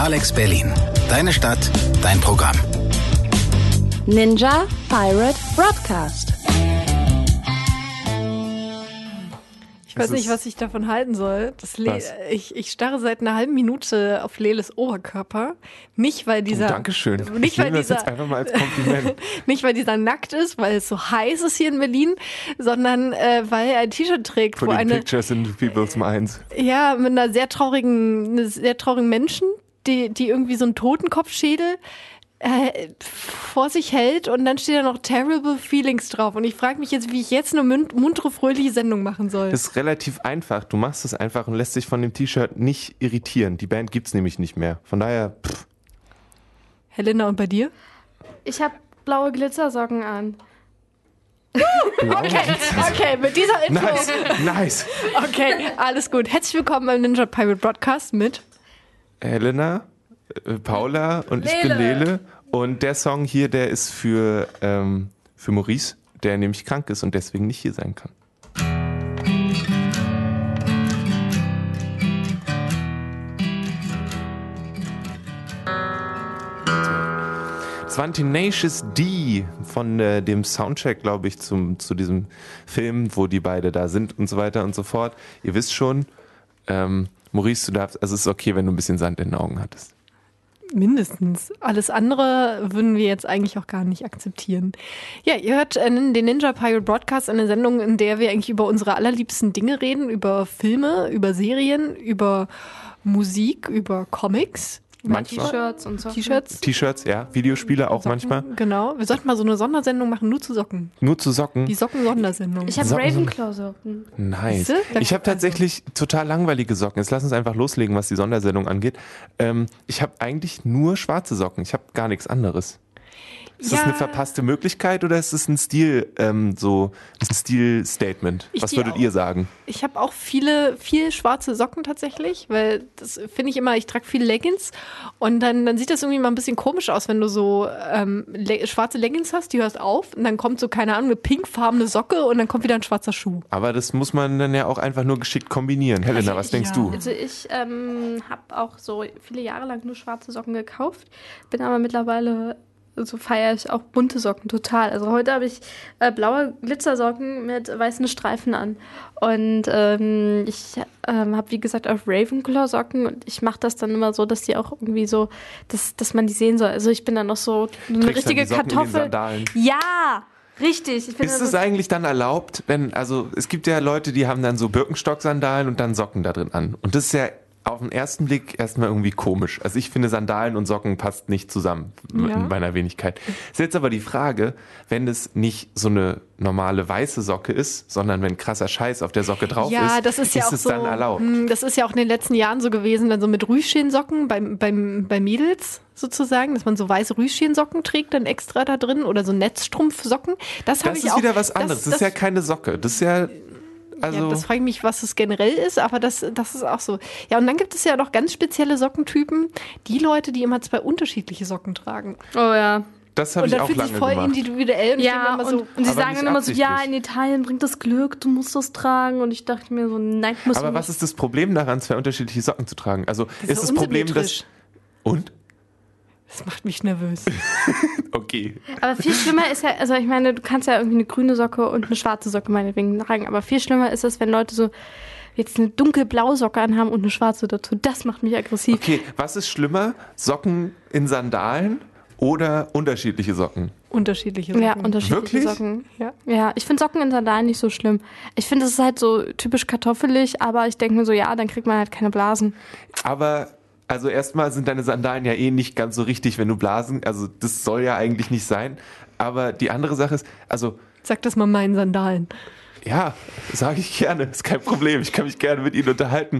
Alex Berlin. Deine Stadt, dein Programm. Ninja Pirate Broadcast. Ich weiß nicht, was ich davon halten soll. Ich starre seit einer halben Minute auf Leles Oberkörper. Nicht, weil dieser... Dankeschön. Nicht, ich nehme das dieser, jetzt einfach mal als Kompliment. Nicht, weil dieser nackt ist, weil es so heiß ist hier in Berlin, sondern weil er ein T-Shirt trägt, Putting pictures in people's minds. Ja, mit einer sehr traurigen Menschen, die irgendwie so einen Totenkopfschädel vor sich hält und dann steht da noch Terrible Feelings drauf. Und ich frage mich jetzt, wie ich jetzt eine muntere, fröhliche Sendung machen soll. Das ist relativ einfach. Du machst es einfach und lässt dich von dem T-Shirt nicht irritieren. Die Band gibt's nämlich nicht mehr. Von daher, Helena, und bei dir? Ich habe blaue Glitzersocken an. Okay, mit dieser Info. Nice. Okay, alles gut. Herzlich willkommen beim Ninja Pirate Broadcast mit Helena, Paula und ich bin Lele. Und der Song hier, der ist für Maurice, der nämlich krank ist und deswegen nicht hier sein kann. Das war ein Tenacious D von dem Soundtrack, glaube ich, zu diesem Film, wo die beide da sind und so weiter und so fort. Ihr wisst schon, Maurice, du darfst, also es ist okay, wenn du ein bisschen Sand in den Augen hattest. Mindestens. Alles andere würden wir jetzt eigentlich auch gar nicht akzeptieren. Ja, ihr hört den Ninja Pirate Broadcast, eine Sendung, in der wir eigentlich über unsere allerliebsten Dinge reden, über Filme, über Serien, über Musik, über Comics. Manchmal. T-Shirts und so. T-Shirts, ja. Videospiele auch Socken, manchmal. Genau. Wir sollten mal so eine Sondersendung machen, nur zu Socken. Nur zu Socken. Die Socken-Sondersendung. Ich habe Ravenclaw-Socken. Nice. Siehste? Ich habe tatsächlich total langweilige Socken. Jetzt lass uns einfach loslegen, was die Sondersendung angeht. Ich habe eigentlich nur schwarze Socken. Ich habe gar nichts anderes. Ist das eine verpasste Möglichkeit oder ist es ein ein Stil-Statement? Was würdet ihr sagen? Ich habe auch viel schwarze Socken tatsächlich, weil das finde ich immer, ich trage viel Leggings und dann sieht das irgendwie mal ein bisschen komisch aus, wenn du so schwarze Leggings hast, die hörst auf und dann kommt so, keine Ahnung, eine pinkfarbene Socke und dann kommt wieder ein schwarzer Schuh. Aber das muss man dann ja auch einfach nur geschickt kombinieren. Helena, was denkst du? Also ich habe auch so viele Jahre lang nur schwarze Socken gekauft, bin aber mittlerweile... So feiere ich auch bunte Socken total. Also heute habe ich blaue Glitzersocken mit weißen Streifen an. Und ich habe, wie gesagt, auch Ravenclaw-Socken. Und ich mache das dann immer so, dass die auch irgendwie so, dass man die sehen soll. Also ich bin dann noch so eine richtige Kartoffel. Ja! Richtig. Ist es eigentlich dann erlaubt, also es gibt ja Leute, die haben dann so Birkenstock-Sandalen und dann Socken da drin an. Und das ist ja auf den ersten Blick erstmal irgendwie komisch. Also ich finde, Sandalen und Socken passt nicht zusammen in meiner Wenigkeit. Ist jetzt aber die Frage, wenn es nicht so eine normale weiße Socke ist, sondern wenn krasser Scheiß auf der Socke drauf das ist ja auch es so, dann erlaubt? Das ist ja auch in den letzten Jahren so gewesen, dann so mit Rüschensocken bei Mädels sozusagen, dass man so weiße Rüschensocken trägt dann extra da drin oder so Netzstrumpfsocken. Das ist wieder was anderes. Das ist ja keine Socke. Das ist ja... Also das frage ich mich, was es generell ist, aber das ist auch so. Ja, und dann gibt es ja noch ganz spezielle Sockentypen. Die Leute, die immer 2 unterschiedliche Socken tragen. Oh ja. Das habe ich auch lange gemacht. Und dann fühlt sich voll individuell. Und sie sagen dann immer so, ja, in Italien bringt das Glück, du musst das tragen. Und ich dachte mir so, nein, ich muss Aber was ist das Problem daran, 2 unterschiedliche Socken zu tragen? Also ist das Problem, dass... Und? Das macht mich nervös. Okay. Aber viel schlimmer ist ja, also ich meine, du kannst ja irgendwie eine grüne Socke und eine schwarze Socke meinetwegen tragen, aber viel schlimmer ist es, wenn Leute so jetzt eine dunkelblaue Socke anhaben und eine schwarze dazu. Das macht mich aggressiv. Okay, was ist schlimmer? Socken in Sandalen oder unterschiedliche Socken? Unterschiedliche Socken. Ja, unterschiedliche Wirklich? Socken. Ja, ich finde Socken in Sandalen nicht so schlimm. Ich finde, es ist halt so typisch kartoffelig, aber ich denke mir so, ja, dann kriegt man halt keine Blasen. Aber... Also erstmal sind deine Sandalen ja nicht ganz so richtig, wenn du Blasen, also das soll ja eigentlich nicht sein. Aber die andere Sache ist, also... Sag das mal meinen Sandalen. Ja, sage ich gerne, ist kein Problem. Ich kann mich gerne mit ihnen unterhalten.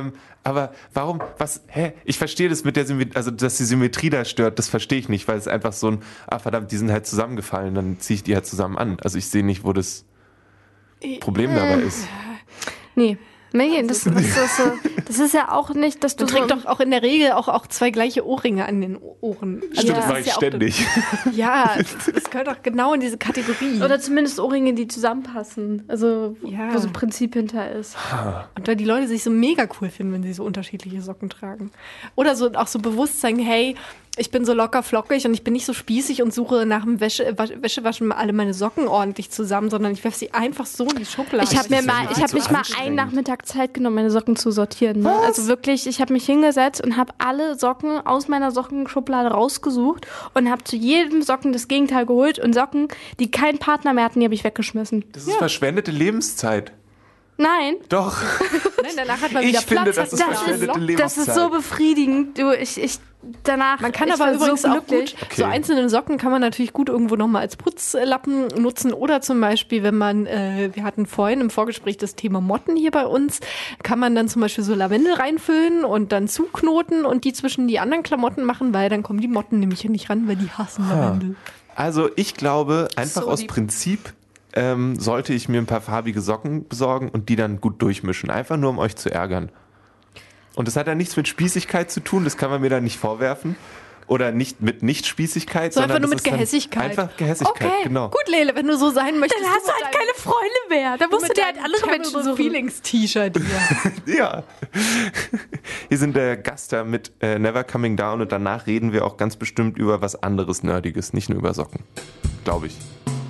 Aber warum, ich verstehe das mit der Symmetrie, also dass die Symmetrie da stört, das verstehe ich nicht, weil es einfach so ein, verdammt, die sind halt zusammengefallen, dann ziehe ich die halt zusammen an. Also ich sehe nicht, wo das Problem dabei ist. Nee. Nee, das ist ja auch nicht, dass du trägst doch auch in der Regel auch zwei gleiche Ohrringe an den Ohren. Stimmt, das mache ich ständig. Ja, das gehört doch genau in diese Kategorie. Oder zumindest Ohrringe, die zusammenpassen. Also, wo so ein Prinzip hinter ist. Und da die Leute sich so mega cool finden, wenn sie so unterschiedliche Socken tragen. Oder so auch so bewusst sagen, hey, ich bin so locker flockig und ich bin nicht so spießig und suche nach dem Wäschewaschen alle meine Socken ordentlich zusammen, sondern ich werfe sie einfach so in die Schublade. Ich habe mich mal einen Nachmittag Zeit genommen, meine Socken zu sortieren. Ne? Also wirklich, ich habe mich hingesetzt und habe alle Socken aus meiner Sockenschublade rausgesucht und habe zu jedem Socken das Gegenteil geholt und Socken, die keinen Partner mehr hatten, die habe ich weggeschmissen. Das ist verschwendete Lebenszeit. Nein. Doch. Nein, danach hat man wieder Platz. Ich finde, das ist verschwendete Lebenszeit. Das ist so befriedigend. Danach. Man kann aber übrigens so auch gut, so einzelne Socken kann man natürlich gut irgendwo nochmal als Putzlappen nutzen oder zum Beispiel, wenn man, wir hatten vorhin im Vorgespräch das Thema Motten hier bei uns, kann man dann zum Beispiel so Lavendel reinfüllen und dann zuknoten und die zwischen die anderen Klamotten machen, weil dann kommen die Motten nämlich nicht ran, weil die hassen Lavendel. Also ich glaube, einfach aus Prinzip sollte ich mir ein paar farbige Socken besorgen und die dann gut durchmischen. Einfach nur, um euch zu ärgern. Und das hat ja nichts mit Spießigkeit zu tun, das kann man mir da nicht vorwerfen. Oder nicht mit Nicht-Spießigkeit, so sondern einfach nur mit Gehässigkeit. Einfach Gehässigkeit, okay, genau. Gut, Lele, wenn du so sein möchtest. Dann hast du halt keine Freunde mehr. Da musst du dir halt andere Menschen suchen. Feelings-T-Shirt hier. Ja. Hier sind der Gast da mit Never Coming Down und danach reden wir auch ganz bestimmt über was anderes Nerdiges, nicht nur über Socken. Glaube ich.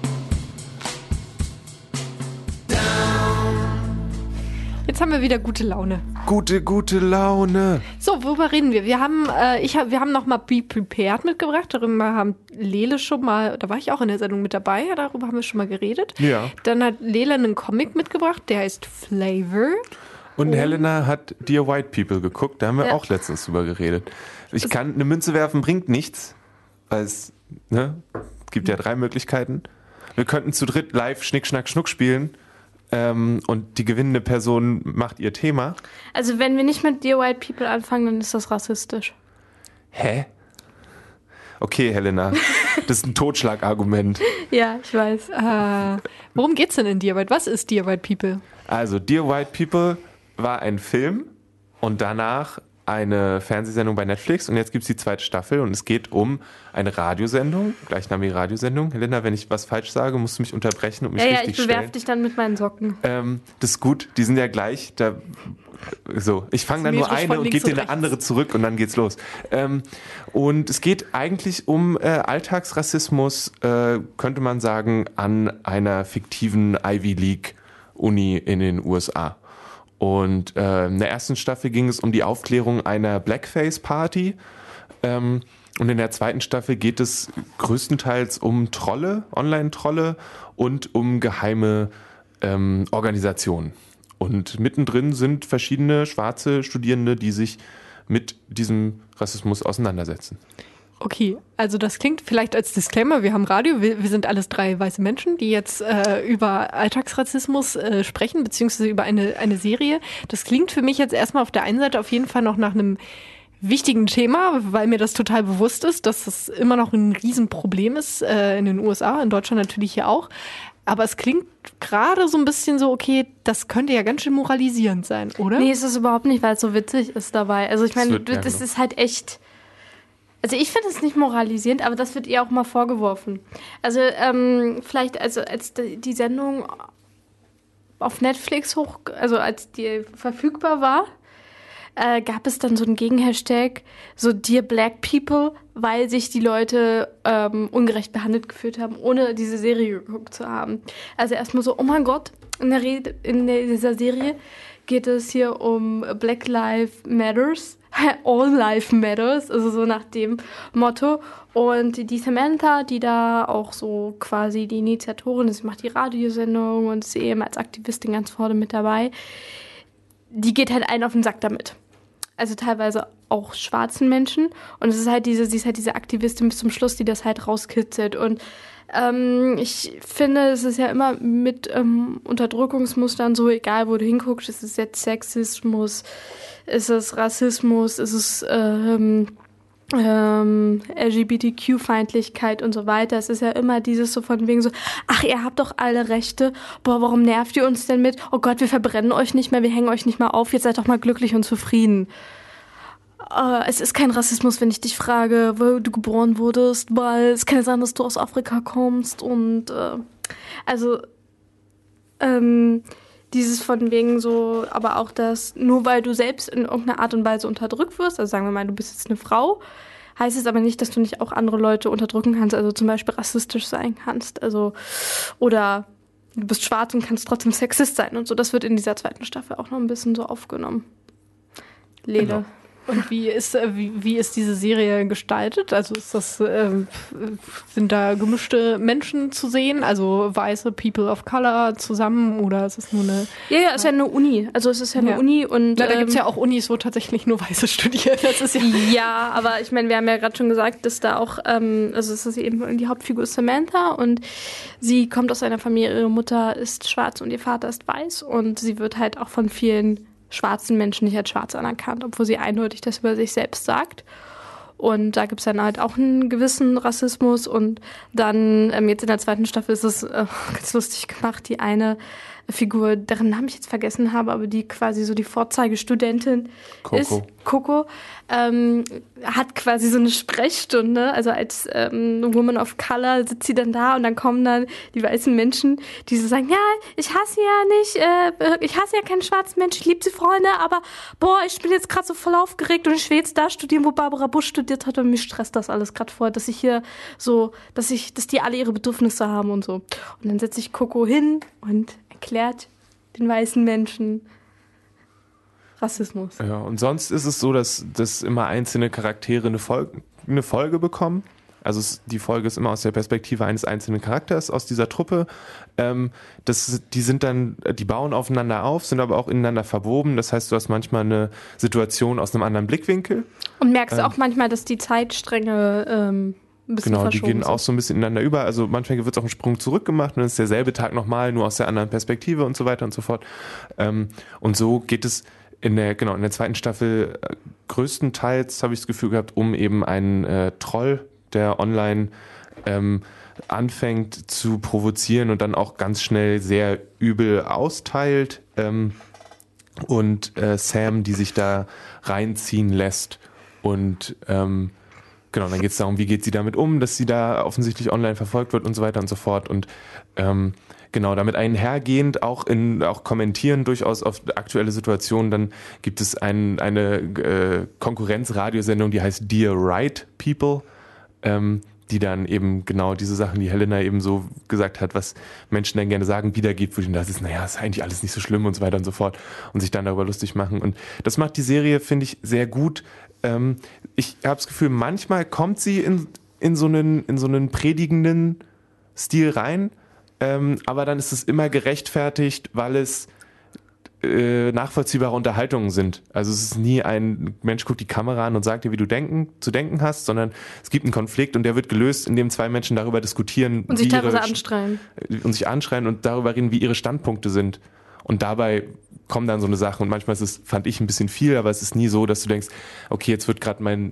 Jetzt haben wir wieder gute Laune. Gute Laune. So, worüber reden wir? Wir haben noch mal Be Prepared mitgebracht. Darüber haben Lele schon mal, da war ich auch in der Sendung mit dabei, darüber haben wir schon mal geredet. Ja. Dann hat Lele einen Comic mitgebracht, der heißt Flavor. Und Helena hat Dear White People geguckt, da haben wir auch letztens drüber geredet. Eine Münze werfen bringt nichts, weil es gibt ja 3 Möglichkeiten. Wir könnten zu dritt live Schnick, Schnack, Schnuck spielen. Und die gewinnende Person macht ihr Thema. Also wenn wir nicht mit Dear White People anfangen, dann ist das rassistisch. Hä? Okay, Helena, das ist ein Totschlagargument. Ja, ich weiß. Worum geht's denn in Dear White? Was ist Dear White People? Also Dear White People war ein Film und danach eine Fernsehsendung bei Netflix und jetzt gibt es die 2. Staffel und es geht um eine Radiosendung, gleichnamige Radiosendung. Helena, wenn ich was falsch sage, musst du mich unterbrechen und mich richtig stellen. Ja, ich bewerfe dich dann mit meinen Socken. Das ist gut, die sind ja gleich, ich fange dann nur eine und gebe dir eine andere zurück und dann geht's los. Und es geht eigentlich um Alltagsrassismus, könnte man sagen, an einer fiktiven Ivy League Uni in den USA. Und in der ersten Staffel ging es um die Aufklärung einer Blackface-Party. Und in der 2. Staffel geht es größtenteils um Trolle, Online-Trolle und um geheime Organisationen. Und mittendrin sind verschiedene schwarze Studierende, die sich mit diesem Rassismus auseinandersetzen. Okay, also das klingt vielleicht als Disclaimer, wir haben Radio, wir sind alles 3 weiße Menschen, die jetzt über Alltagsrassismus sprechen, beziehungsweise über eine Serie. Das klingt für mich jetzt erstmal auf der einen Seite auf jeden Fall noch nach einem wichtigen Thema, weil mir das total bewusst ist, dass das immer noch ein Riesenproblem ist in den USA, in Deutschland natürlich hier auch. Aber es klingt gerade so ein bisschen so, okay, das könnte ja ganz schön moralisierend sein, oder? Nee, ist es überhaupt nicht, weil es so witzig ist dabei. Also ich meine, das ist halt echt... Also ich finde es nicht moralisierend, aber das wird ihr auch mal vorgeworfen. Also vielleicht, also als die Sendung auf Netflix als die verfügbar war, gab es dann so einen Gegenhashtag, so Dear Black People, weil sich die Leute ungerecht behandelt gefühlt haben, ohne diese Serie geguckt zu haben. Also erstmal so, oh mein Gott, in dieser Serie geht es hier um Black Lives Matters. All Life Matters, also so nach dem Motto. Und die Samantha, die da auch so quasi die Initiatorin ist, macht die Radiosendung und ist eben als Aktivistin ganz vorne mit dabei, die geht halt einen auf den Sack damit. Also teilweise auch schwarzen Menschen. Und sie ist halt diese Aktivistin bis zum Schluss, die das halt rauskitzelt. Und ich finde, es ist ja immer mit Unterdrückungsmustern so, egal wo du hinguckst, ist es jetzt Sexismus, ist es Rassismus, ist es LGBTQ-Feindlichkeit und so weiter. Es ist ja immer dieses so von wegen so, ach, ihr habt doch alle Rechte, boah, warum nervt ihr uns denn mit? Oh Gott, wir verbrennen euch nicht mehr, wir hängen euch nicht mehr auf, jetzt seid doch mal glücklich und zufrieden. Es ist kein Rassismus, wenn ich dich frage, wo du geboren wurdest, weil es kann ja sein, dass du aus Afrika kommst und dieses von wegen so, aber auch das, nur weil du selbst in irgendeiner Art und Weise unterdrückt wirst, also sagen wir mal, du bist jetzt eine Frau, heißt es aber nicht, dass du nicht auch andere Leute unterdrücken kannst, also zum Beispiel rassistisch sein kannst, also, oder du bist schwarz und kannst trotzdem Sexist sein und so. Das wird in dieser 2. Staffel auch noch ein bisschen so aufgenommen. Lede. Genau. Und wie ist diese Serie gestaltet? Also sind da gemischte Menschen zu sehen? Also weiße People of Color zusammen oder ist es nur eine... Ja, es ist ja eine Uni. Also es ist ja eine Uni und... Na, da gibt es ja auch Unis, wo tatsächlich nur Weiße studieren. Das ist ja, aber ich meine, wir haben ja gerade schon gesagt, dass da auch, also es ist eben die Hauptfigur ist Samantha und sie kommt aus einer Familie, ihre Mutter ist schwarz und ihr Vater ist weiß und sie wird halt auch von vielen schwarzen Menschen nicht als schwarz anerkannt, obwohl sie eindeutig das über sich selbst sagt. Und da gibt es dann halt auch einen gewissen Rassismus. Und dann jetzt in der 2. Staffel ist es ganz lustig gemacht, die eine Figur, deren Namen ich jetzt vergessen habe, aber die quasi so die Vorzeigestudentin ist, Coco, hat quasi so eine Sprechstunde, also als Woman of Color sitzt sie dann da und dann kommen dann die weißen Menschen, die so sagen, ja, ich hasse ja keinen schwarzen Menschen, ich liebe die Freunde, aber boah, ich bin jetzt gerade so voll aufgeregt und ich will jetzt da studieren, wo Barbara Bush studiert hat und mich stresst das alles gerade vor, dass ich hier so, dass die alle ihre Bedürfnisse haben und so. Und dann setze ich Coco hin und erklärt den weißen Menschen Rassismus. Ja, und sonst ist es so, dass immer einzelne Charaktere eine Folge bekommen. Also die Folge ist immer aus der Perspektive eines einzelnen Charakters aus dieser Truppe. Die bauen aufeinander auf, sind aber auch ineinander verwoben. Das heißt, du hast manchmal eine Situation aus einem anderen Blickwinkel. Und merkst auch manchmal, dass die Zeitstränge ein bisschen genau, die verschoben gehen sind. Auch so ein bisschen ineinander über. Also manchmal wird es auch ein Sprung zurück gemacht und dann ist derselbe Tag nochmal, nur aus der anderen Perspektive und so weiter und so fort. Und so geht es in der 2. Staffel größtenteils, habe ich das Gefühl gehabt, um eben einen Troll, der online anfängt zu provozieren und dann auch ganz schnell sehr übel austeilt und Sam, die sich da reinziehen lässt und genau, dann geht es darum, wie geht sie damit um, dass sie da offensichtlich online verfolgt wird und so weiter und so fort. Und genau, damit einhergehend, auch kommentieren durchaus auf aktuelle Situationen, dann gibt es eine Konkurrenz-Radiosendung, die heißt Dear Right People, die dann eben genau diese Sachen, die Helena eben so gesagt hat, was Menschen dann gerne sagen, wiedergibt, wo ich das ist, naja, ist eigentlich alles nicht so schlimm und so weiter und so fort und sich dann darüber lustig machen. Und das macht die Serie, finde ich, sehr gut. Ich habe das Gefühl, manchmal kommt sie in so einen predigenden Stil rein, aber dann ist es immer gerechtfertigt, weil es nachvollziehbare Unterhaltungen sind. Also es ist nie ein Mensch guckt die Kamera an und sagt dir, wie du zu denken hast, sondern es gibt einen Konflikt und der wird gelöst, indem zwei Menschen darüber diskutieren. Und sich teilweise anschreien. Und sich anschreien und darüber reden, wie ihre Standpunkte sind. Und dabei kommen dann so eine Sache und manchmal ist es, fand ich, ein bisschen viel, aber es ist nie so, dass du denkst, okay, jetzt wird gerade mein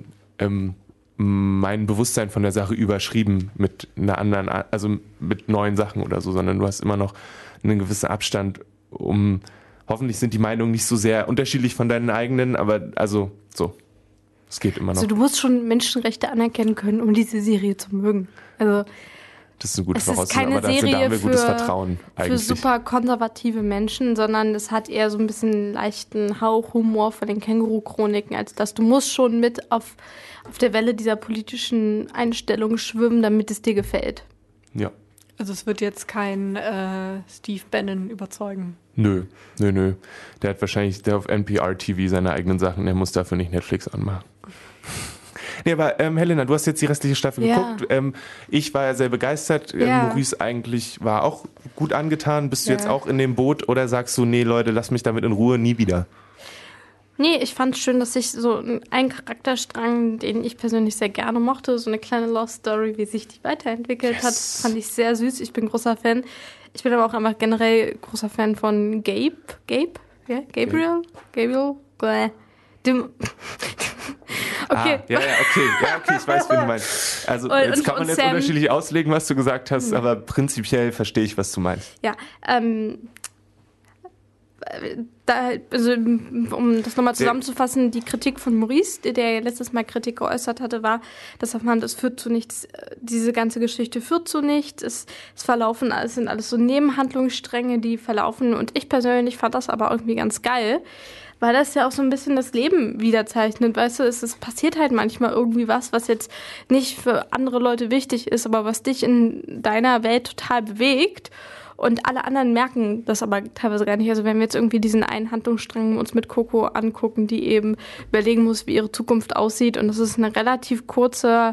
Bewusstsein von der Sache überschrieben mit einer anderen, also mit neuen Sachen oder so, sondern du hast immer noch einen gewissen Abstand, hoffentlich sind die Meinungen nicht so sehr unterschiedlich von deinen eigenen, aber also so, es geht immer noch. Also du musst schon Menschenrechte anerkennen können, um diese Serie zu mögen. Also das ist eine gute es ist Voraussetzung, keine aber dafür, da haben wir gutes Vertrauen eigentlich. Für super konservative Menschen, sondern es hat eher so ein bisschen leichten Hauchhumor von den Känguru-Chroniken, als dass du musst schon mit auf der Welle dieser politischen Einstellung schwimmen, damit es dir gefällt. Ja. Also es wird jetzt kein Steve Bannon überzeugen. Nö. Der hat wahrscheinlich auf NPR TV seine eigenen Sachen, der muss dafür nicht Netflix anmachen. Nee, aber Helena, du hast jetzt die restliche Staffel geguckt. Ich war ja sehr begeistert. Maurice eigentlich war auch gut angetan. Bist du jetzt auch in dem Boot oder sagst du, nee Leute, lass mich damit in Ruhe, nie wieder? Nee, ich fand es schön, dass ich so einen Charakterstrang, den ich persönlich sehr gerne mochte, so eine kleine Love Story, wie sich die weiterentwickelt hat, fand ich sehr süß. Ich bin großer Fan. Ich bin aber auch einfach generell großer Fan von Gabriel? Okay. Ja, okay, ich weiß, wen du meinst. Also jetzt kann man jetzt Sam unterschiedlich auslegen, was du gesagt hast, aber prinzipiell verstehe ich, was du meinst. Ja, also, um das nochmal zusammenzufassen, die Kritik von Maurice, der letztes Mal Kritik geäußert hatte, war, dass er fand, es führt zu nichts, diese ganze Geschichte führt zu nichts, es sind alles so Nebenhandlungsstränge, die verlaufen, und ich persönlich fand das aber irgendwie ganz geil, weil das ja auch so ein bisschen das Leben wiederzeichnet, weißt du, es passiert halt manchmal irgendwie was jetzt nicht für andere Leute wichtig ist, aber was dich in deiner Welt total bewegt. Und alle anderen merken das aber teilweise gar nicht. Also wenn wir jetzt irgendwie diesen einen Handlungsstrang uns mit Coco angucken, die eben überlegen muss, wie ihre Zukunft aussieht. Und das ist eine relativ kurze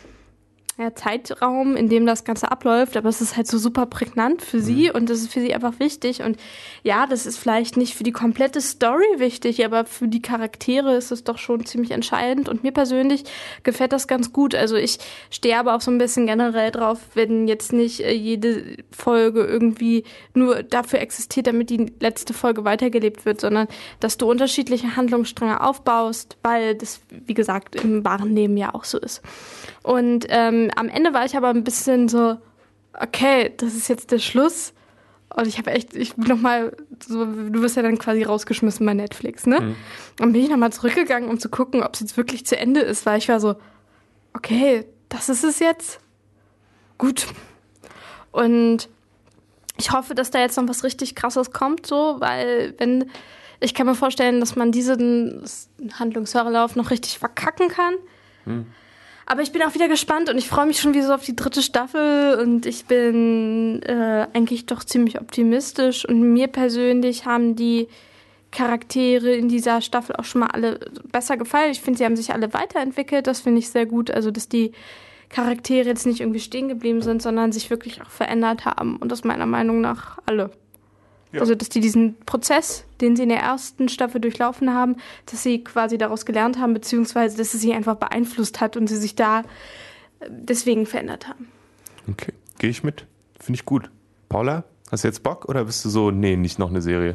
Zeitraum, in dem das Ganze abläuft, aber es ist halt so super prägnant für sie und das ist für sie einfach wichtig. Und ja, das ist vielleicht nicht für die komplette Story wichtig, aber für die Charaktere ist es doch schon ziemlich entscheidend, und mir persönlich gefällt das ganz gut. Also ich stehe aber auch so ein bisschen generell drauf, wenn jetzt nicht jede Folge irgendwie nur dafür existiert, damit die letzte Folge weitergelebt wird, sondern dass du unterschiedliche Handlungsstränge aufbaust, weil das, wie gesagt, im wahren Leben ja auch so ist. Und am Ende war ich aber ein bisschen so, okay, das ist jetzt der Schluss. Und ich bin nochmal, so, du wirst ja dann quasi rausgeschmissen bei Netflix, ne? Mhm. Und bin ich nochmal zurückgegangen, um zu gucken, ob es jetzt wirklich zu Ende ist, weil ich war so, okay, das ist es jetzt? Gut. Und ich hoffe, dass da jetzt noch was richtig Krasses kommt, so, weil ich kann mir vorstellen, dass man diesen Handlungsverlauf noch richtig verkacken kann. Mhm. Aber ich bin auch wieder gespannt und ich freue mich schon wieder so auf die 3. Staffel und ich bin eigentlich doch ziemlich optimistisch, und mir persönlich haben die Charaktere in dieser Staffel auch schon mal alle besser gefallen. Ich finde, sie haben sich alle weiterentwickelt, das finde ich sehr gut, also dass die Charaktere jetzt nicht irgendwie stehen geblieben sind, sondern sich wirklich auch verändert haben, und das meiner Meinung nach alle. Ja. Also, dass die diesen Prozess, den sie in der ersten Staffel durchlaufen haben, dass sie quasi daraus gelernt haben, beziehungsweise, dass es sie einfach beeinflusst hat und sie sich da deswegen verändert haben. Okay, gehe ich mit. Finde ich gut. Paula, hast du jetzt Bock oder bist du so, nee, nicht noch eine Serie?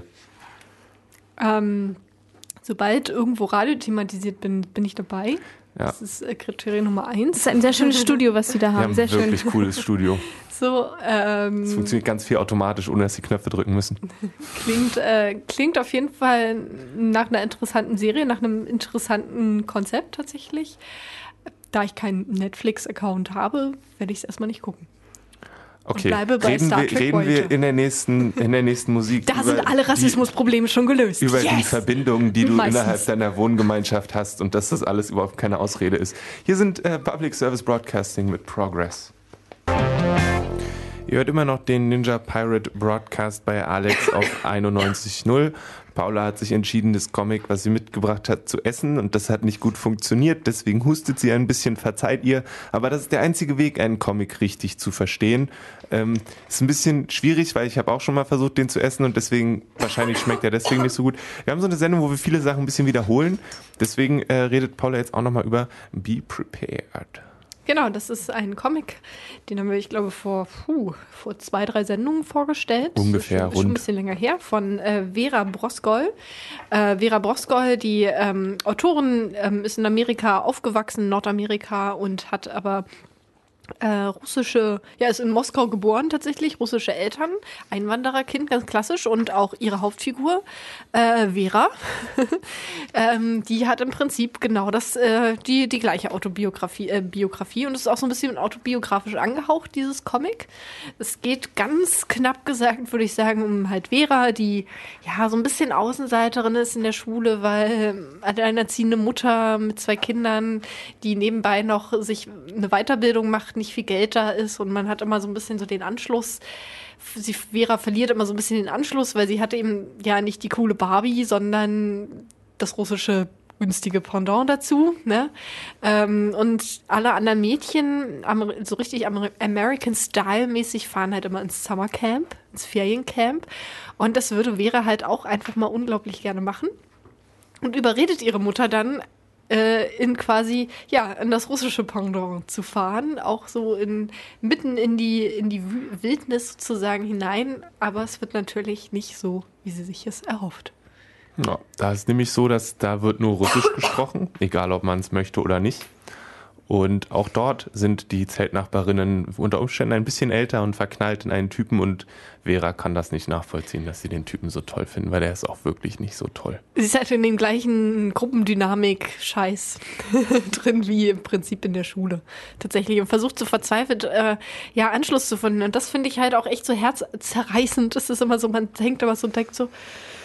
Sobald irgendwo Radio thematisiert bin ich dabei. Ja. Das ist Kriterium Nummer 1. Das ist ein sehr schönes Studio, was sie da haben. Sehr schön. Wirklich cooles Studio. So, es funktioniert ganz viel automatisch, ohne dass die Knöpfe drücken müssen. Klingt auf jeden Fall nach einer interessanten Serie, nach einem interessanten Konzept tatsächlich. Da ich keinen Netflix-Account habe, werde ich es erstmal nicht gucken. Okay, reden wir in der nächsten Musik. Da sind alle Rassismusprobleme schon gelöst. Über die Verbindungen, die du innerhalb deiner Wohngemeinschaft hast, und dass das alles überhaupt keine Ausrede ist. Hier sind Public Service Broadcasting mit Progress. Ihr hört immer noch den Ninja Pirate Broadcast bei Alex auf 91.0. Paula hat sich entschieden, das Comic, was sie mitgebracht hat, zu essen, und das hat nicht gut funktioniert, deswegen hustet sie ein bisschen, verzeiht ihr, aber das ist der einzige Weg, einen Comic richtig zu verstehen. Ist ein bisschen schwierig, weil ich habe auch schon mal versucht, den zu essen, und deswegen, wahrscheinlich schmeckt er deswegen nicht so gut. Wir haben so eine Sendung, wo wir viele Sachen ein bisschen wiederholen, deswegen redet Paula jetzt auch nochmal über Be Prepared. Genau, das ist ein Comic, den haben wir, ich glaube, vor 2-3 Sendungen vorgestellt. Ungefähr, schon ein bisschen länger her, von Vera Brosgol. Vera Brosgol, die Autorin, ist in Amerika aufgewachsen, Nordamerika, und hat aber ist in Moskau geboren tatsächlich, russische Eltern, Einwandererkind, ganz klassisch, und auch ihre Hauptfigur, Vera, die hat im Prinzip genau die gleiche Biografie, und es ist auch so ein bisschen autobiografisch angehaucht, dieses Comic. Es geht ganz knapp gesagt, würde ich sagen, um halt Vera, die ja so ein bisschen Außenseiterin ist in der Schule, weil alleinerziehende Mutter mit 2 Kindern, die nebenbei noch sich eine Weiterbildung macht, nicht viel Geld da ist, und man hat immer so ein bisschen so den Anschluss. Vera verliert immer so ein bisschen den Anschluss, weil sie hatte eben ja nicht die coole Barbie, sondern das russische günstige Pendant dazu, ne? Und alle anderen Mädchen, so richtig American-Style-mäßig, fahren halt immer ins Summercamp, ins Feriencamp, und das würde Vera halt auch einfach mal unglaublich gerne machen, und überredet ihre Mutter dann, in das russische Pendant zu fahren, auch so mitten in die Wildnis sozusagen hinein, aber es wird natürlich nicht so, wie sie sich es erhofft. Ja, da ist nämlich so, dass da wird nur Russisch gesprochen, egal ob man es möchte oder nicht. Und auch dort sind die Zeltnachbarinnen unter Umständen ein bisschen älter und verknallt in einen Typen und Vera kann das nicht nachvollziehen, dass sie den Typen so toll finden, weil der ist auch wirklich nicht so toll. Sie ist halt in dem gleichen Gruppendynamik-Scheiß drin wie im Prinzip in der Schule. Tatsächlich und versucht so verzweifelt Anschluss zu finden. Und das finde ich halt auch echt so herzzerreißend. Das ist immer so, man denkt aber so und denkt so,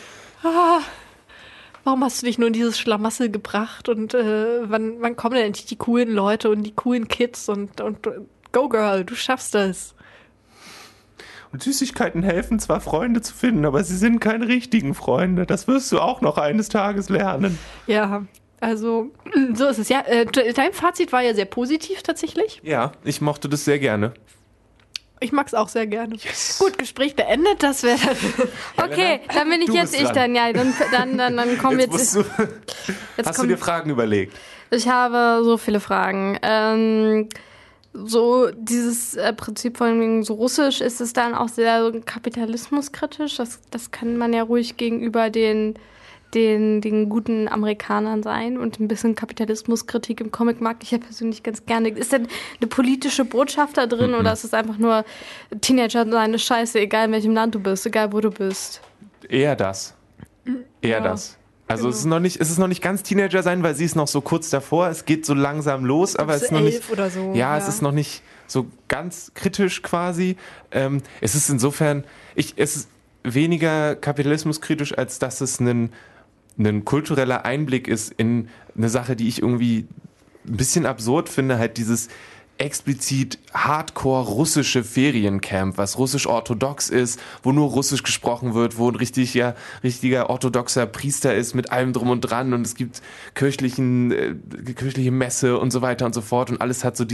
warum hast du dich nur in dieses Schlamassel gebracht und wann kommen denn endlich die coolen Leute und die coolen Kids und go girl, du schaffst das. Und Süßigkeiten helfen zwar, Freunde zu finden, aber sie sind keine richtigen Freunde. Das wirst du auch noch eines Tages lernen. Ja, also so ist es. Ja, dein Fazit war ja sehr positiv tatsächlich. Ja, ich mochte das sehr gerne. Ich mag's auch sehr gerne. Yes. Gut, Gespräch beendet, das wäre dann... Okay, dann bin ich jetzt ich dann. Ja, dann kommen wir jetzt... Hast du dir Fragen überlegt? Ich habe so viele Fragen. So dieses Prinzip von so Russisch, ist es dann auch sehr so kapitalismuskritisch? Das kann man ja ruhig gegenüber den guten Amerikanern sein und ein bisschen Kapitalismuskritik im Comic mag ich ja persönlich ganz gerne. Ist denn eine politische Botschaft da drin oder ist es einfach nur Teenager seine Scheiße, egal in welchem Land du bist, egal wo du bist? Eher das. Das. Also genau. Es ist noch nicht ganz Teenager sein, weil sie ist noch so kurz davor. Es geht so langsam los, aber es ist noch nicht. Oder so. Ja, es ist noch nicht so ganz kritisch quasi. Es ist insofern, es ist weniger kapitalismuskritisch, als dass es ein kultureller Einblick ist in eine Sache, die ich irgendwie ein bisschen absurd finde, halt dieses explizit hardcore russische Feriencamp, was russisch-orthodox ist, wo nur Russisch gesprochen wird, wo ein richtiger orthodoxer Priester ist mit allem drum und dran und es gibt kirchliche Messe und so weiter und so fort und alles hat so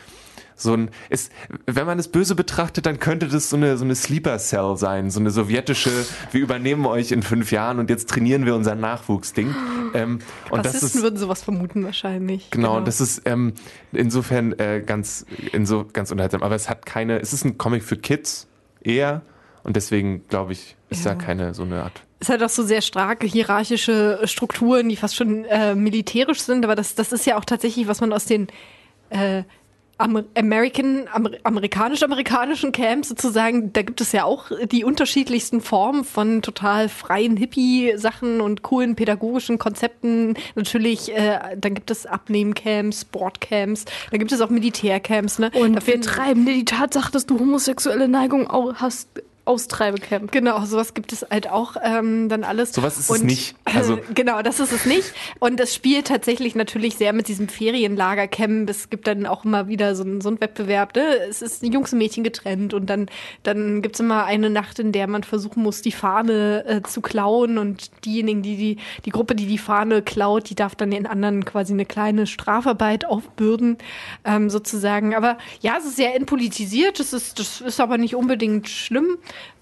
wenn man es böse betrachtet, dann könnte das so eine Sleeper Cell sein, so eine sowjetische, wir übernehmen euch in 5 Jahren und jetzt trainieren wir unser Nachwuchsding. Rassisten würden sowas vermuten wahrscheinlich. Genau. Das ist insofern ganz unterhaltsam. Aber es ist ein Comic für Kids eher und deswegen glaube ich, ist da keine so eine Art. Es hat auch so sehr starke hierarchische Strukturen, die fast schon militärisch sind, aber das ist ja auch tatsächlich, was man aus den amerikanischen Camps sozusagen, da gibt es ja auch die unterschiedlichsten Formen von total freien Hippie-Sachen und coolen pädagogischen Konzepten. Natürlich, dann gibt es Abnehmcamps, Sportcamps, da gibt es auch Militärcamps. Ne? Und wir treiben dir die Tatsache, dass du homosexuelle Neigung auch hast, Austreibecamp. Genau, sowas gibt es halt auch dann alles. Sowas ist es nicht. Also genau, das ist es nicht. Und es spielt tatsächlich natürlich sehr mit diesem Ferienlagercamp. Es gibt dann auch immer wieder so einen Wettbewerb. Ne? Es ist Jungs und Mädchen getrennt und dann gibt es immer eine Nacht, in der man versuchen muss, die Fahne zu klauen und diejenigen, die Gruppe, die Fahne klaut, die darf dann den anderen quasi eine kleine Strafarbeit aufbürden, sozusagen. Aber ja, es ist sehr entpolitisiert. Das ist aber nicht unbedingt schlimm.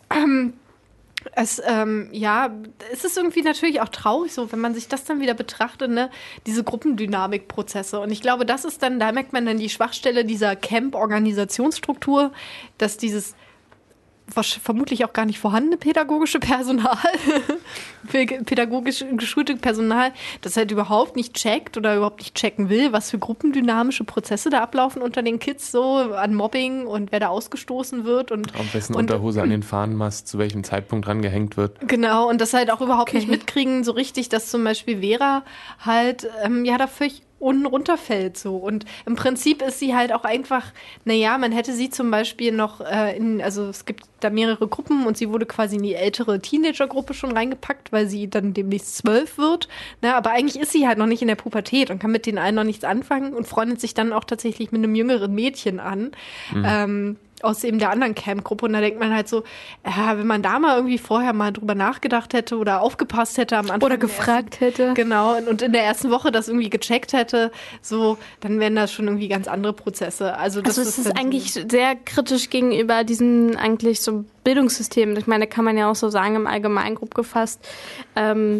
Es ist irgendwie natürlich auch traurig, so wenn man sich das dann wieder betrachtet, ne, diese Gruppendynamikprozesse. Und ich glaube, da merkt man dann die Schwachstelle dieser Camp-Organisationsstruktur, dass dieses vermutlich auch gar nicht vorhandene pädagogische Personal, pädagogisch geschulte Personal, das halt überhaupt nicht checkt oder überhaupt nicht checken will, was für gruppendynamische Prozesse da ablaufen unter den Kids, so an Mobbing und wer da ausgestoßen wird. Und wessen Unterhose an den Fahnenmast zu welchem Zeitpunkt rangehängt wird. Genau, und das halt auch überhaupt nicht mitkriegen, so richtig, dass zum Beispiel Vera halt da völlig unten runterfällt so. Und im Prinzip ist sie halt auch einfach, man hätte sie zum Beispiel noch es gibt da mehrere Gruppen und sie wurde quasi in die ältere Teenagergruppe schon reingepackt, weil sie dann demnächst 12 wird. Aber eigentlich ist sie halt noch nicht in der Pubertät und kann mit den allen noch nichts anfangen und freundet sich dann auch tatsächlich mit einem jüngeren Mädchen an. Aus eben der anderen Camp-Gruppe. Und da denkt man halt so, wenn man da mal irgendwie vorher mal drüber nachgedacht hätte oder aufgepasst hätte am Anfang. Oder gefragt hätte. Genau, und in der ersten Woche das irgendwie gecheckt hätte, so, dann wären das schon irgendwie ganz andere Prozesse. Also es ist eigentlich sehr kritisch gegenüber diesem eigentlich so Bildungssystem. Ich meine, kann man ja auch so sagen, im Allgemeinen grob gefasst,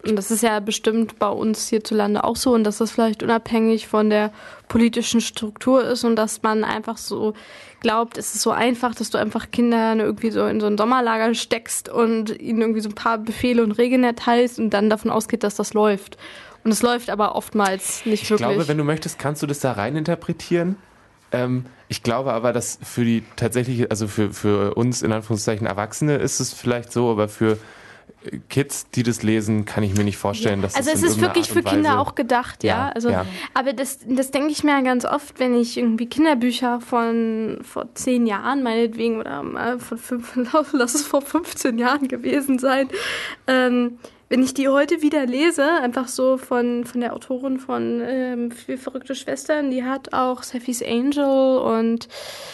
Und das ist ja bestimmt bei uns hierzulande auch so und dass das vielleicht unabhängig von der politischen Struktur ist und dass man einfach so glaubt, es ist so einfach, dass du einfach Kinder irgendwie so in so ein Sommerlager steckst und ihnen irgendwie so ein paar Befehle und Regeln erteilst und dann davon ausgeht, dass das läuft. Und es läuft aber oftmals nicht wirklich. Ich glaube, wenn du möchtest, kannst du das da rein interpretieren. Ich glaube aber, dass für die tatsächlich, also für uns in Anführungszeichen Erwachsene ist es vielleicht so, aber für Kids, die das lesen, kann ich mir nicht vorstellen, dass also das es ist wirklich für Kinder auch gedacht, ja. Also, aber das denke ich mir ja ganz oft, wenn ich irgendwie Kinderbücher von vor 10 Jahren meinetwegen oder mal von 5, lass es vor 15 Jahren gewesen sein, wenn ich die heute wieder lese, einfach so von der Autorin von Vier verrückte Schwestern, die hat auch Seffi's Angel und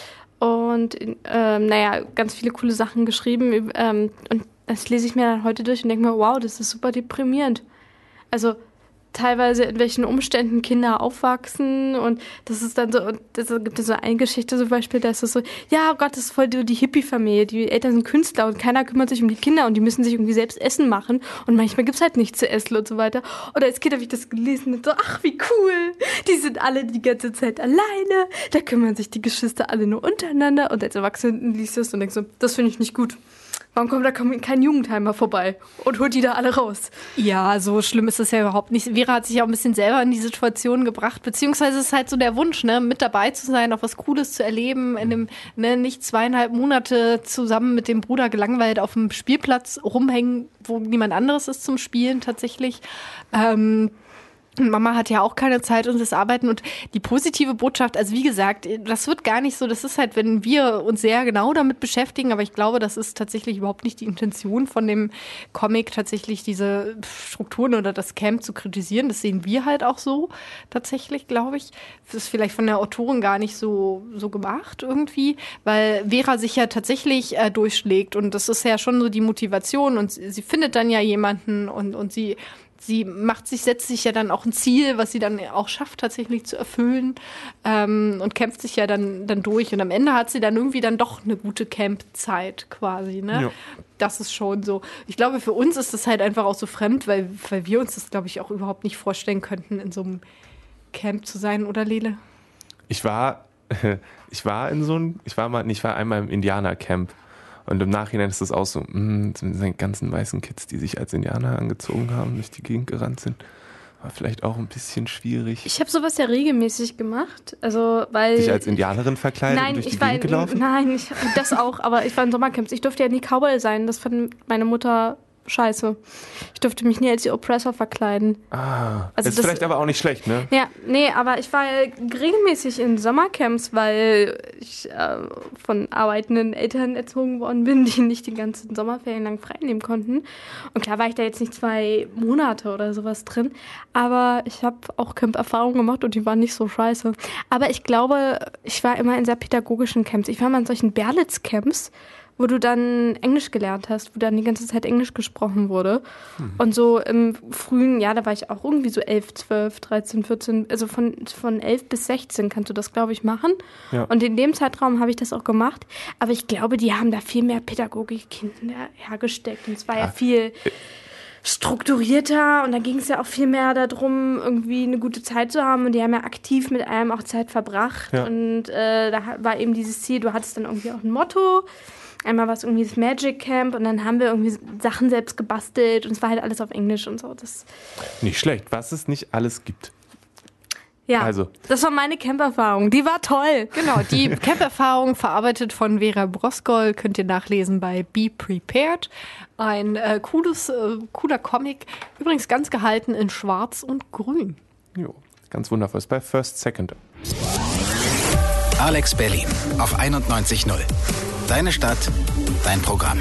ganz viele coole Sachen geschrieben und das lese ich mir dann heute durch und denke mir, wow, das ist super deprimierend. Also teilweise in welchen Umständen Kinder aufwachsen und das ist dann so, und das gibt es so eine Geschichte zum Beispiel, da ist es so, ja, oh Gott, das ist voll die Hippie-Familie, die Eltern sind Künstler und keiner kümmert sich um die Kinder und die müssen sich irgendwie selbst Essen machen und manchmal gibt es halt nichts zu essen und so weiter. Oder als Kind habe ich das gelesen und so, ach, wie cool, die sind alle die ganze Zeit alleine, da kümmern sich die Geschwister alle nur untereinander und als Erwachsene liest du das und denkst so, das finde ich nicht gut. Warum kommt da kein Jugendheimer vorbei und holt die da alle raus? Ja, so schlimm ist es ja überhaupt nicht. Vera hat sich auch ein bisschen selber in die Situation gebracht, beziehungsweise es ist halt so der Wunsch, ne, mit dabei zu sein, auch was Cooles zu erleben, in dem, ne, nicht 2,5 Monate zusammen mit dem Bruder gelangweilt auf dem Spielplatz rumhängen, wo niemand anderes ist zum Spielen tatsächlich. Mama hat ja auch keine Zeit und das Arbeiten und die positive Botschaft, also wie gesagt, das wird gar nicht so, das ist halt, wenn wir uns sehr genau damit beschäftigen, aber ich glaube, das ist tatsächlich überhaupt nicht die Intention von dem Comic, tatsächlich diese Strukturen oder das Camp zu kritisieren, das sehen wir halt auch so, tatsächlich, glaube ich. Das ist vielleicht von der Autorin gar nicht so gemacht irgendwie, weil Vera sich ja tatsächlich durchschlägt und das ist ja schon so die Motivation und sie findet dann ja jemanden und sie setzt sich ja dann auch ein Ziel, was sie dann auch schafft, tatsächlich zu erfüllen und kämpft sich ja dann durch. Und am Ende hat sie dann irgendwie dann doch eine gute Campzeit quasi, ne? Ja. Das ist schon so. Ich glaube, für uns ist das halt einfach auch so fremd, weil wir uns das, glaube ich, auch überhaupt nicht vorstellen könnten, in so einem Camp zu sein, oder Lele? Ich war einmal im Indianercamp. Und im Nachhinein ist das auch so, diese ganzen weißen Kids, die sich als Indianer angezogen haben, durch die Gegend gerannt sind, war vielleicht auch ein bisschen schwierig. Ich habe sowas ja regelmäßig gemacht, also weil... Dich als Indianerin verkleidet und durch die Gegend gelaufen? Nein, das auch, aber ich war in Sommercamps. Ich durfte ja nie Cowboy sein, das fand meine Mutter scheiße. Ich durfte mich nie als die Oppressor verkleiden. Also das ist vielleicht aber auch nicht schlecht, ne? Ja, nee, aber ich war ja regelmäßig in Sommercamps, weil ich von arbeitenden Eltern erzogen worden bin, die nicht die ganzen Sommerferien lang frei nehmen konnten. Und klar war ich da jetzt nicht 2 Monate oder sowas drin, aber ich habe auch Camp-Erfahrungen gemacht und die waren nicht so scheiße. Aber ich glaube, ich war immer in sehr pädagogischen Camps. Ich war mal in solchen Berlitz-Camps, wo du dann Englisch gelernt hast, wo dann die ganze Zeit Englisch gesprochen wurde. Und so im frühen Jahr, da war ich auch irgendwie so 11, 12, 13, 14, also von 11 bis 16 kannst du das, glaube ich, machen. Ja. Und in dem Zeitraum habe ich das auch gemacht. Aber ich glaube, die haben da viel mehr Pädagogik hergesteckt. Und es war ja viel strukturierter und da ging es ja auch viel mehr darum, irgendwie eine gute Zeit zu haben und die haben ja aktiv mit einem auch Zeit verbracht. Ja. Und da war eben dieses Ziel, du hattest dann irgendwie auch ein Motto. Einmal war es irgendwie das Magic Camp und dann haben wir irgendwie Sachen selbst gebastelt und es war halt alles auf Englisch und so. Das nicht schlecht, was es nicht alles gibt. Ja, also. Das war meine Camp-Erfahrung. Die war toll. Genau, die Camp-Erfahrung verarbeitet von Vera Broskol könnt ihr nachlesen bei Be Prepared. Ein cooler Comic, übrigens ganz gehalten in Schwarz und Grün. Jo, ganz wundervoll. Ist bei First Second. Alex Berlin auf 91.0. Deine Stadt, dein Programm.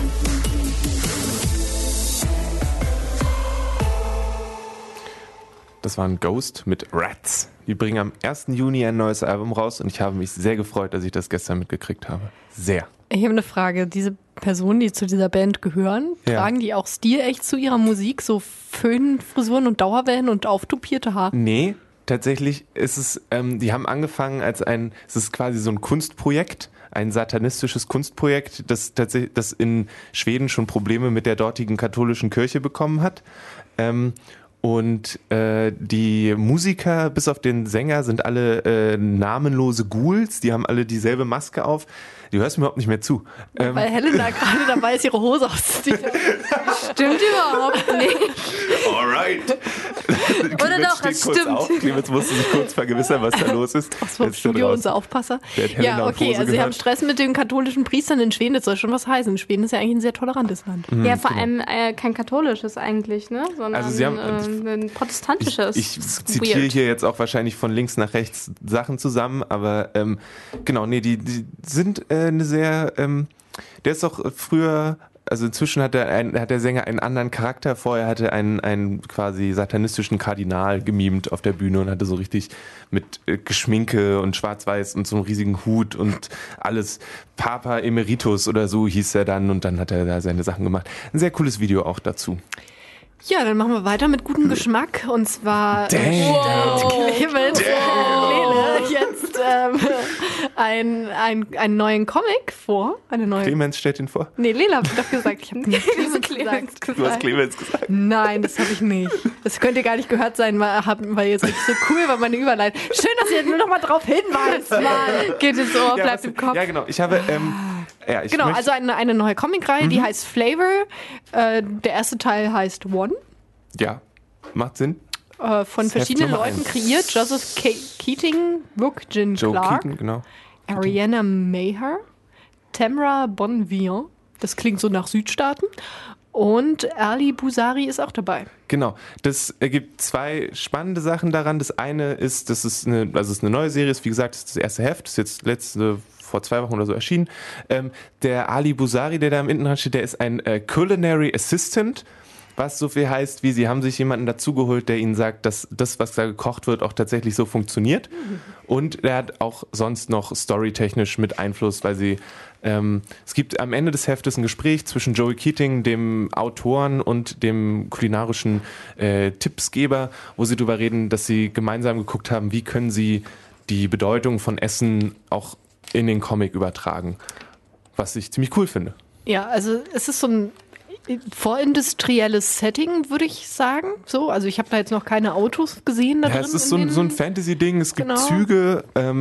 Das war ein Ghost mit Rats. Die bringen am 1. Juni ein neues Album raus und ich habe mich sehr gefreut, dass ich das gestern mitgekriegt habe. Sehr. Ich habe eine Frage. Diese Personen, die zu dieser Band gehören, tragen die auch stilecht zu ihrer Musik? So Föhnfrisuren und Dauerwellen und auftupierte Haare? Nee, tatsächlich ist es, die haben angefangen es ist quasi so ein Kunstprojekt, ein satanistisches Kunstprojekt, das in Schweden schon Probleme mit der dortigen katholischen Kirche bekommen hat. Und die Musiker, bis auf den Sänger, sind alle namenlose Ghouls. Die haben alle dieselbe Maske auf. Du hörst mir überhaupt nicht mehr zu. Weil Helena gerade dabei ist, ihre Hose auszuziehen. Stimmt überhaupt nicht. Alright. Oder doch, das stimmt. Clemens musste sich kurz vergewissern, was da los ist. Aus dem Studio, unser Aufpasser. Ja, okay, also sie haben Stress mit den katholischen Priestern in Schweden. Das soll schon was heißen. Schweden ist ja eigentlich ein sehr tolerantes Land. Ja, vor allem kein katholisches eigentlich, ne? Sondern also sie haben, ein protestantisches. Ich zitiere hier jetzt auch wahrscheinlich von links nach rechts Sachen zusammen, aber genau, nee, die sind eine sehr, der ist doch früher, also inzwischen hat der Sänger einen anderen Charakter. Vorher hatte einen quasi satanistischen Kardinal gemimt auf der Bühne und hatte so richtig mit Geschminke und Schwarz-Weiß und so einem riesigen Hut und alles. Papa Emeritus oder so hieß er dann und dann hat er da seine Sachen gemacht. Ein sehr cooles Video auch dazu. Ja, dann machen wir weiter mit gutem Geschmack und zwar Clemens jetzt einen neuen Comic vor. Clemens stellt ihn vor? Nee, Lela habe ich doch gesagt. Ich habe nicht Clemens gesagt. Du hast Clemens gesagt. Nein, das habe ich nicht. Das könnt ihr gar nicht gehört sein, weil ihr seid so cool war meine Überleitung. Schön, dass ihr nur noch mal drauf hinweist. Geht ins Ohr, bleibt im Kopf. Ja, genau. Ich habe... also eine neue Comicreihe, die heißt Flavor. Der erste Teil heißt One. Ja, macht Sinn. Von verschiedenen Leuten kreiert. Joseph Keating, Brooke Jin Clark, Keating, genau. Ariana Maher, Tamra Bonvillain, das klingt so nach Südstaaten, und Ali Bouzari ist auch dabei. Genau, das ergibt zwei spannende Sachen daran. Das eine ist, es ist eine neue Serie, ist wie gesagt, das ist das erste Heft, das ist jetzt vor 2 Wochen oder so erschienen. Der Ali Bouzari, der da im Internet steht, der ist ein Culinary Assistant, was so viel heißt, wie sie haben sich jemanden dazugeholt, der ihnen sagt, dass das, was da gekocht wird, auch tatsächlich so funktioniert. Und er hat auch sonst noch storytechnisch mit Einfluss, weil sie es gibt am Ende des Heftes ein Gespräch zwischen Joey Keating, dem Autoren und dem kulinarischen Tippsgeber, wo sie darüber reden, dass sie gemeinsam geguckt haben, wie können sie die Bedeutung von Essen auch in den Comic übertragen, was ich ziemlich cool finde. Ja, also es ist so ein vorindustrielles Setting, würde ich sagen. So, also ich habe da jetzt noch keine Autos gesehen da drin. Es ist so ein Fantasy-Ding, es gibt Züge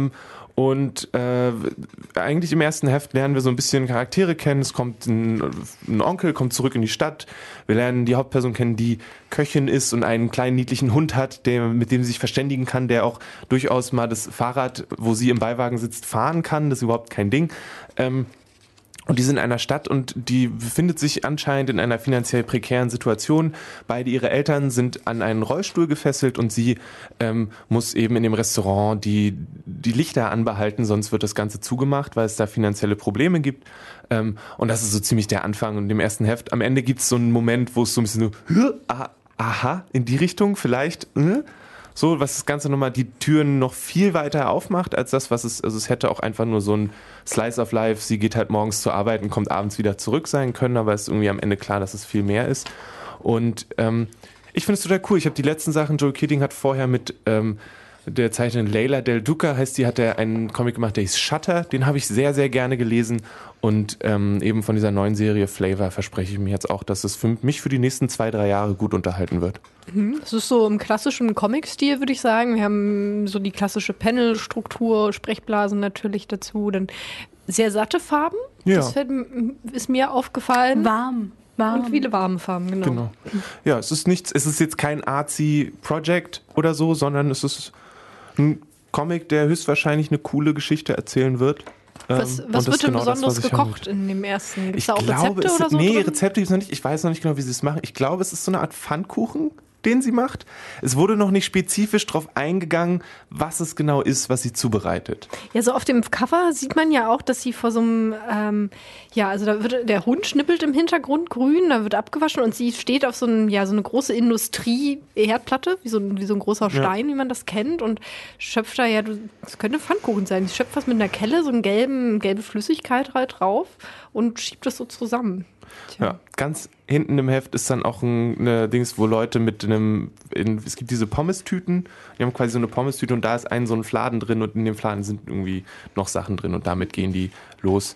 und eigentlich im ersten Heft lernen wir so ein bisschen Charaktere kennen. Es kommt ein Onkel, kommt zurück in die Stadt. Wir lernen die Hauptperson kennen, die Köchin ist und einen kleinen niedlichen Hund hat, mit dem sie sich verständigen kann, der auch durchaus mal das Fahrrad, wo sie im Beiwagen sitzt, fahren kann. Das ist überhaupt kein Ding. Und die sind in einer Stadt und die befindet sich anscheinend in einer finanziell prekären Situation. Beide ihre Eltern sind an einen Rollstuhl gefesselt und sie muss eben in dem Restaurant die Lichter anbehalten, sonst wird das Ganze zugemacht, weil es da finanzielle Probleme gibt. Und das ist so ziemlich der Anfang. Und in dem ersten Heft, am Ende gibt es so einen Moment, wo es so ein bisschen so, aha, in die Richtung vielleicht, so, was das Ganze nochmal die Türen noch viel weiter aufmacht, als das, was es hätte auch einfach nur so ein Slice of Life, sie geht halt morgens zur Arbeit und kommt abends wieder zurück sein können, aber es ist irgendwie am Ende klar, dass es viel mehr ist. Und ich finde es total cool. Ich habe die letzten Sachen, Joe Keating hat vorher mit der Zeichnerin Leila Del Duca, hat er einen Comic gemacht, der hieß Shutter, den habe ich sehr, sehr gerne gelesen und eben von dieser neuen Serie Flavor verspreche ich mir jetzt auch, dass es mich für die nächsten 2-3 Jahre gut unterhalten wird. Das ist so im klassischen Comic-Stil, würde ich sagen. Wir haben so die klassische Panel-Struktur, Sprechblasen natürlich dazu, dann sehr satte Farben. Ja. Das ist mir aufgefallen. Warm. Und viele warme Farben, genau. Ja, es ist jetzt kein Artsy-Project oder so, sondern es ist ein Comic, der höchstwahrscheinlich eine coole Geschichte erzählen wird. Was wird denn besonders gekocht in dem ersten? Gibt es da auch Rezepte oder so? Nee, drin? Rezepte gibt es noch nicht. Ich weiß noch nicht genau, wie sie es machen. Ich glaube, es ist so eine Art Pfannkuchen, den sie macht. Es wurde noch nicht spezifisch drauf eingegangen, was es genau ist, was sie zubereitet. Ja, so auf dem Cover sieht man ja auch, dass sie vor so einem, also da wird der Hund schnippelt im Hintergrund grün, da wird abgewaschen und sie steht auf so eine große Industrie-Herdplatte, wie so ein großer Stein, wie man das kennt, und schöpft da das könnte Pfannkuchen sein. Sie schöpft was mit einer Kelle, so eine gelbe Flüssigkeit halt drauf und schiebt das so zusammen. Tja. Ja, ganz hinten im Heft ist dann auch eine Dings, wo Leute es gibt diese Pommes-Tüten, die haben quasi so eine Pommes-Tüte und da ist so ein Fladen drin und in dem Fladen sind irgendwie noch Sachen drin und damit gehen die los.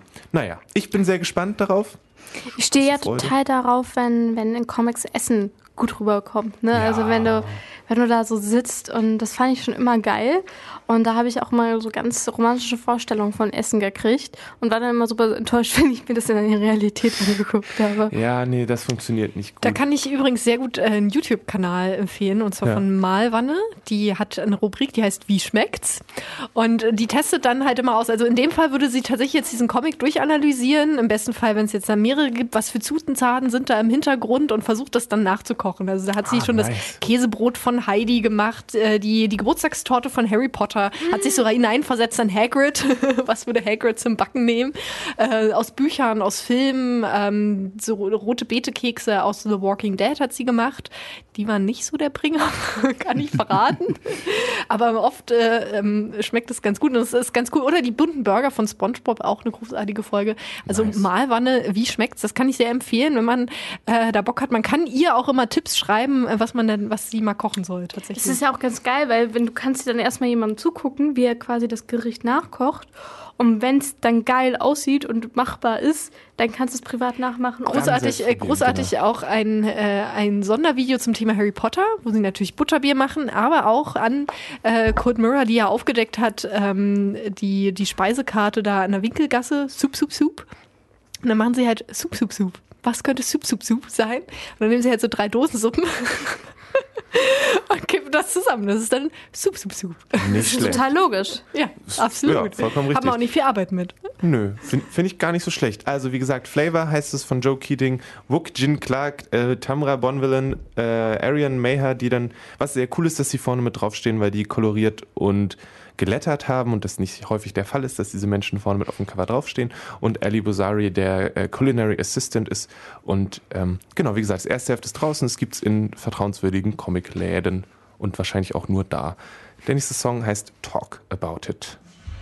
Ich bin sehr gespannt darauf. Ich stehe ja total darauf, wenn in Comics Essen gut rüberkommt. Ne? Ja. Also wenn du da so sitzt, und das fand ich schon immer geil. Und da habe ich auch mal so ganz romantische Vorstellungen von Essen gekriegt und war dann immer super enttäuscht, wenn ich mir das in der Realität angeguckt habe. Ja, nee, das funktioniert nicht gut. Da kann ich übrigens sehr gut einen YouTube-Kanal empfehlen, und zwar von Mahlwanne. Die hat eine Rubrik, die heißt Wie schmeckt's? Und die testet dann halt immer aus. Also in dem Fall würde sie tatsächlich jetzt diesen Comic durchanalysieren. Im besten Fall, wenn es jetzt da mehrere gibt, was für Zutaten sind da im Hintergrund, und versucht das dann nachzukochen. Also da hat sie schon das Käsebrot von Heidi gemacht, die Geburtstagstorte von Harry Potter. Hat sich so hineinversetzt an Hagrid. Was würde Hagrid zum Backen nehmen? Aus Büchern, aus Filmen, so rote Beete-Kekse aus The Walking Dead hat sie gemacht. Die waren nicht so der Bringer, kann ich verraten. Aber oft schmeckt es ganz gut, und es ist ganz cool. Oder die bunten Burger von SpongeBob, auch eine großartige Folge. Also Mahlwanne, wie schmeckt's? Das kann ich sehr empfehlen, wenn man da Bock hat. Man kann ihr auch immer Tipps schreiben, was sie mal kochen soll, tatsächlich. Das ist ja auch ganz geil, weil du kannst dir dann erstmal jemandem zugucken, wie er quasi das Gericht nachkocht. Und wenn es dann geil aussieht und machbar ist, dann kannst du es privat nachmachen. Großartig auch ein Sondervideo zum Thema Harry Potter, wo sie natürlich Butterbier machen, aber auch an Cold Mirror, die ja aufgedeckt hat, die Speisekarte da an der Winkelgasse, Soup. Und dann machen sie halt Soup. Was könnte Soup sein? Und dann nehmen sie halt so 3 Dosensuppen und kippen das zusammen. Das ist dann Soup. Nicht schlecht. Total logisch. Ja, absolut. Ja, vollkommen richtig. Haben wir auch nicht viel Arbeit mit. Nö, finde ich gar nicht so schlecht. Also wie gesagt, Flavor heißt es von Joe Keating, Wook Jin Clark, Tamra Bonvillain, Arian Maher, die dann, was sehr cool ist, dass sie vorne mit draufstehen, weil die koloriert und gelettert haben und das nicht häufig der Fall ist, dass diese Menschen vorne mit auf dem Cover draufstehen, und Ali Bouzari, der Culinary Assistant ist, und genau, wie gesagt, das erste Heft ist draußen, es gibt es in vertrauenswürdigen Comicläden und wahrscheinlich auch nur da. Der nächste Song heißt Talk About It.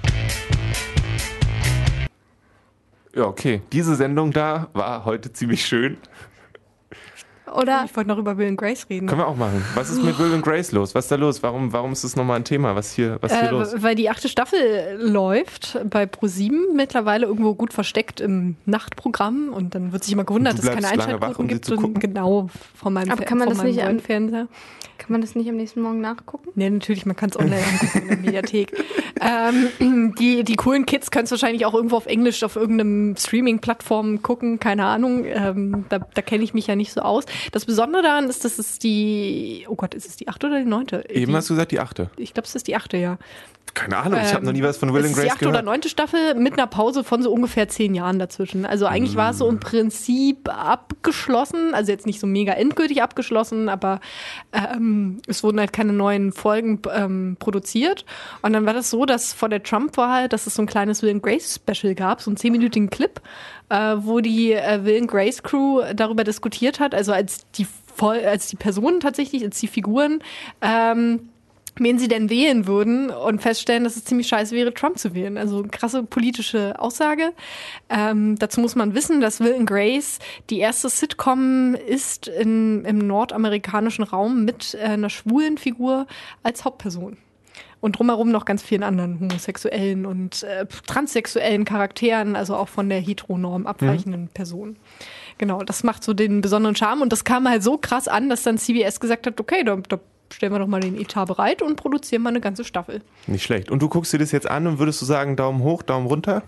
Ja, okay, diese Sendung da war heute ziemlich schön. Oder? Ich wollte noch über Will & Grace reden. Können wir auch machen. Was ist mit Will & Grace los? Was ist da los? Warum ist das nochmal ein Thema? Was hier los? Weil die 8. Staffel läuft bei ProSieben, mittlerweile irgendwo gut versteckt im Nachtprogramm, und dann wird sich immer gewundert, dass es keine Einschaltquoten gibt. Genau, von meinem Fernseher. Kann man das nicht am nächsten Morgen nachgucken? Nee, natürlich, man kann es online angucken in der Mediathek. Die coolen Kids können es wahrscheinlich auch irgendwo auf Englisch auf irgendeinem Streaming-Plattform gucken, keine Ahnung. Da kenne ich mich ja nicht so aus. Das Besondere daran ist, dass es ist es die 8. oder die 9.? Eben hast du gesagt die 8. Ich glaube, es ist die 8. ja. Keine Ahnung, ich habe noch nie was von Will & Grace gehört. Die 8. oder 9. Staffel mit einer Pause von so ungefähr 10 Jahren dazwischen. Also eigentlich war es so im Prinzip abgeschlossen, also jetzt nicht so mega endgültig abgeschlossen, aber es wurden halt keine neuen Folgen produziert. Und dann war das so, dass vor der Trump-Wahl, dass es so ein kleines Will & Grace-Special gab, so einen 10-minütigen Clip, wo die Will & Grace Crew darüber diskutiert hat, also als die Personen tatsächlich, als die Figuren, wen sie denn wählen würden, und feststellen, dass es ziemlich scheiße wäre, Trump zu wählen. Also krasse politische Aussage. Dazu muss man wissen, dass Will & Grace die erste Sitcom ist im nordamerikanischen Raum mit einer schwulen Figur als Hauptperson. Und drumherum noch ganz vielen anderen homosexuellen und transsexuellen Charakteren, also auch von der Heteronorm abweichenden Personen. Genau, das macht so den besonderen Charme, und das kam halt so krass an, dass dann CBS gesagt hat, okay, da stellen wir doch mal den Etat bereit und produzieren mal eine ganze Staffel. Nicht schlecht. Und du guckst dir das jetzt an und würdest du sagen, Daumen hoch, Daumen runter?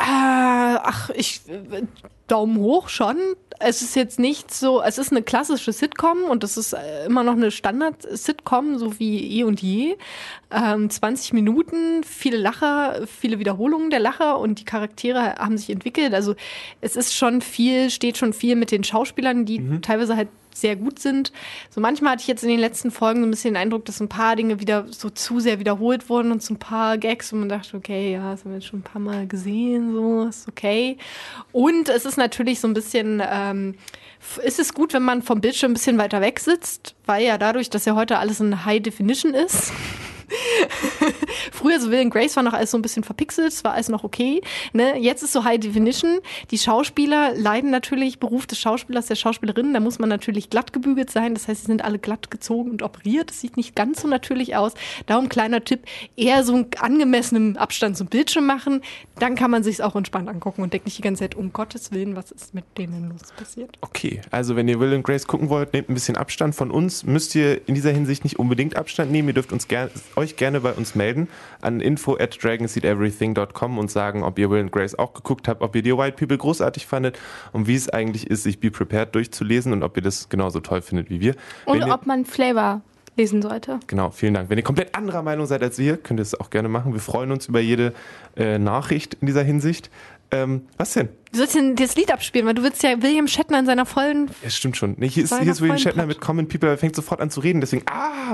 Daumen hoch schon. Es ist jetzt nicht so, es ist eine klassische Sitcom, und das ist immer noch eine Standard-Sitcom, so wie eh und je. 20 Minuten, viele Lacher, viele Wiederholungen der Lacher, und die Charaktere haben sich entwickelt. Also es ist steht schon viel mit den Schauspielern, die teilweise halt sehr gut sind. So manchmal hatte ich jetzt in den letzten Folgen so ein bisschen den Eindruck, dass ein paar Dinge wieder so zu sehr wiederholt wurden und so ein paar Gags, und man dachte, okay, ja, das haben wir jetzt schon ein paar Mal gesehen, so, ist okay. Und es ist natürlich so ein bisschen, ist es gut, wenn man vom Bildschirm ein bisschen weiter weg sitzt, weil ja dadurch, dass ja heute alles in High Definition ist, früher so Will and Grace war noch alles so ein bisschen verpixelt, es war alles noch okay. Ne? Jetzt ist so High Definition. Die Schauspieler leiden natürlich, Beruf des Schauspielers, der Schauspielerin, da muss man natürlich glatt gebügelt sein. Das heißt, sie sind alle glatt gezogen und operiert. Das sieht nicht ganz so natürlich aus. Darum kleiner Tipp, eher so einen angemessenen Abstand zum Bildschirm machen. Dann kann man sich es auch entspannt angucken und denkt nicht die ganze Zeit, um Gottes Willen, was ist mit denen los passiert. Okay, also wenn ihr Will and Grace gucken wollt, nehmt ein bisschen Abstand von uns. Müsst ihr in dieser Hinsicht nicht unbedingt Abstand nehmen. Ihr dürft euch gerne bei uns melden an info@dragonseateverything.com und sagen, ob ihr Will and Grace auch geguckt habt, ob ihr die White People großartig fandet und wie es eigentlich ist, sich Be Prepared durchzulesen und ob ihr das genauso toll findet wie wir. Und ob man Flavor lesen sollte. Genau, vielen Dank. Wenn ihr komplett anderer Meinung seid als wir, könnt ihr es auch gerne machen. Wir freuen uns über jede Nachricht in dieser Hinsicht. Was denn? Du sollst das Lied abspielen, weil du willst ja William Shatner in seiner vollen... Ja, stimmt schon. Nee, hier ist William Shatner mit Common People, er fängt sofort an zu reden, deswegen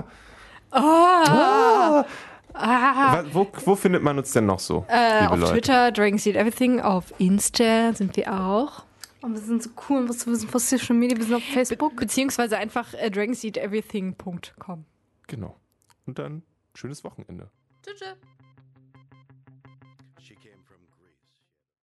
Wo findet man uns denn noch so, liebe auf Leute? Twitter, Dragons Eat Everything, auf Insta sind wir auch. Und wir sind so cool, wir sind auf Social Media, wir sind auf Facebook. Beziehungsweise einfach dragonseateverything.com. Genau. Und dann schönes Wochenende. Tschüss. She came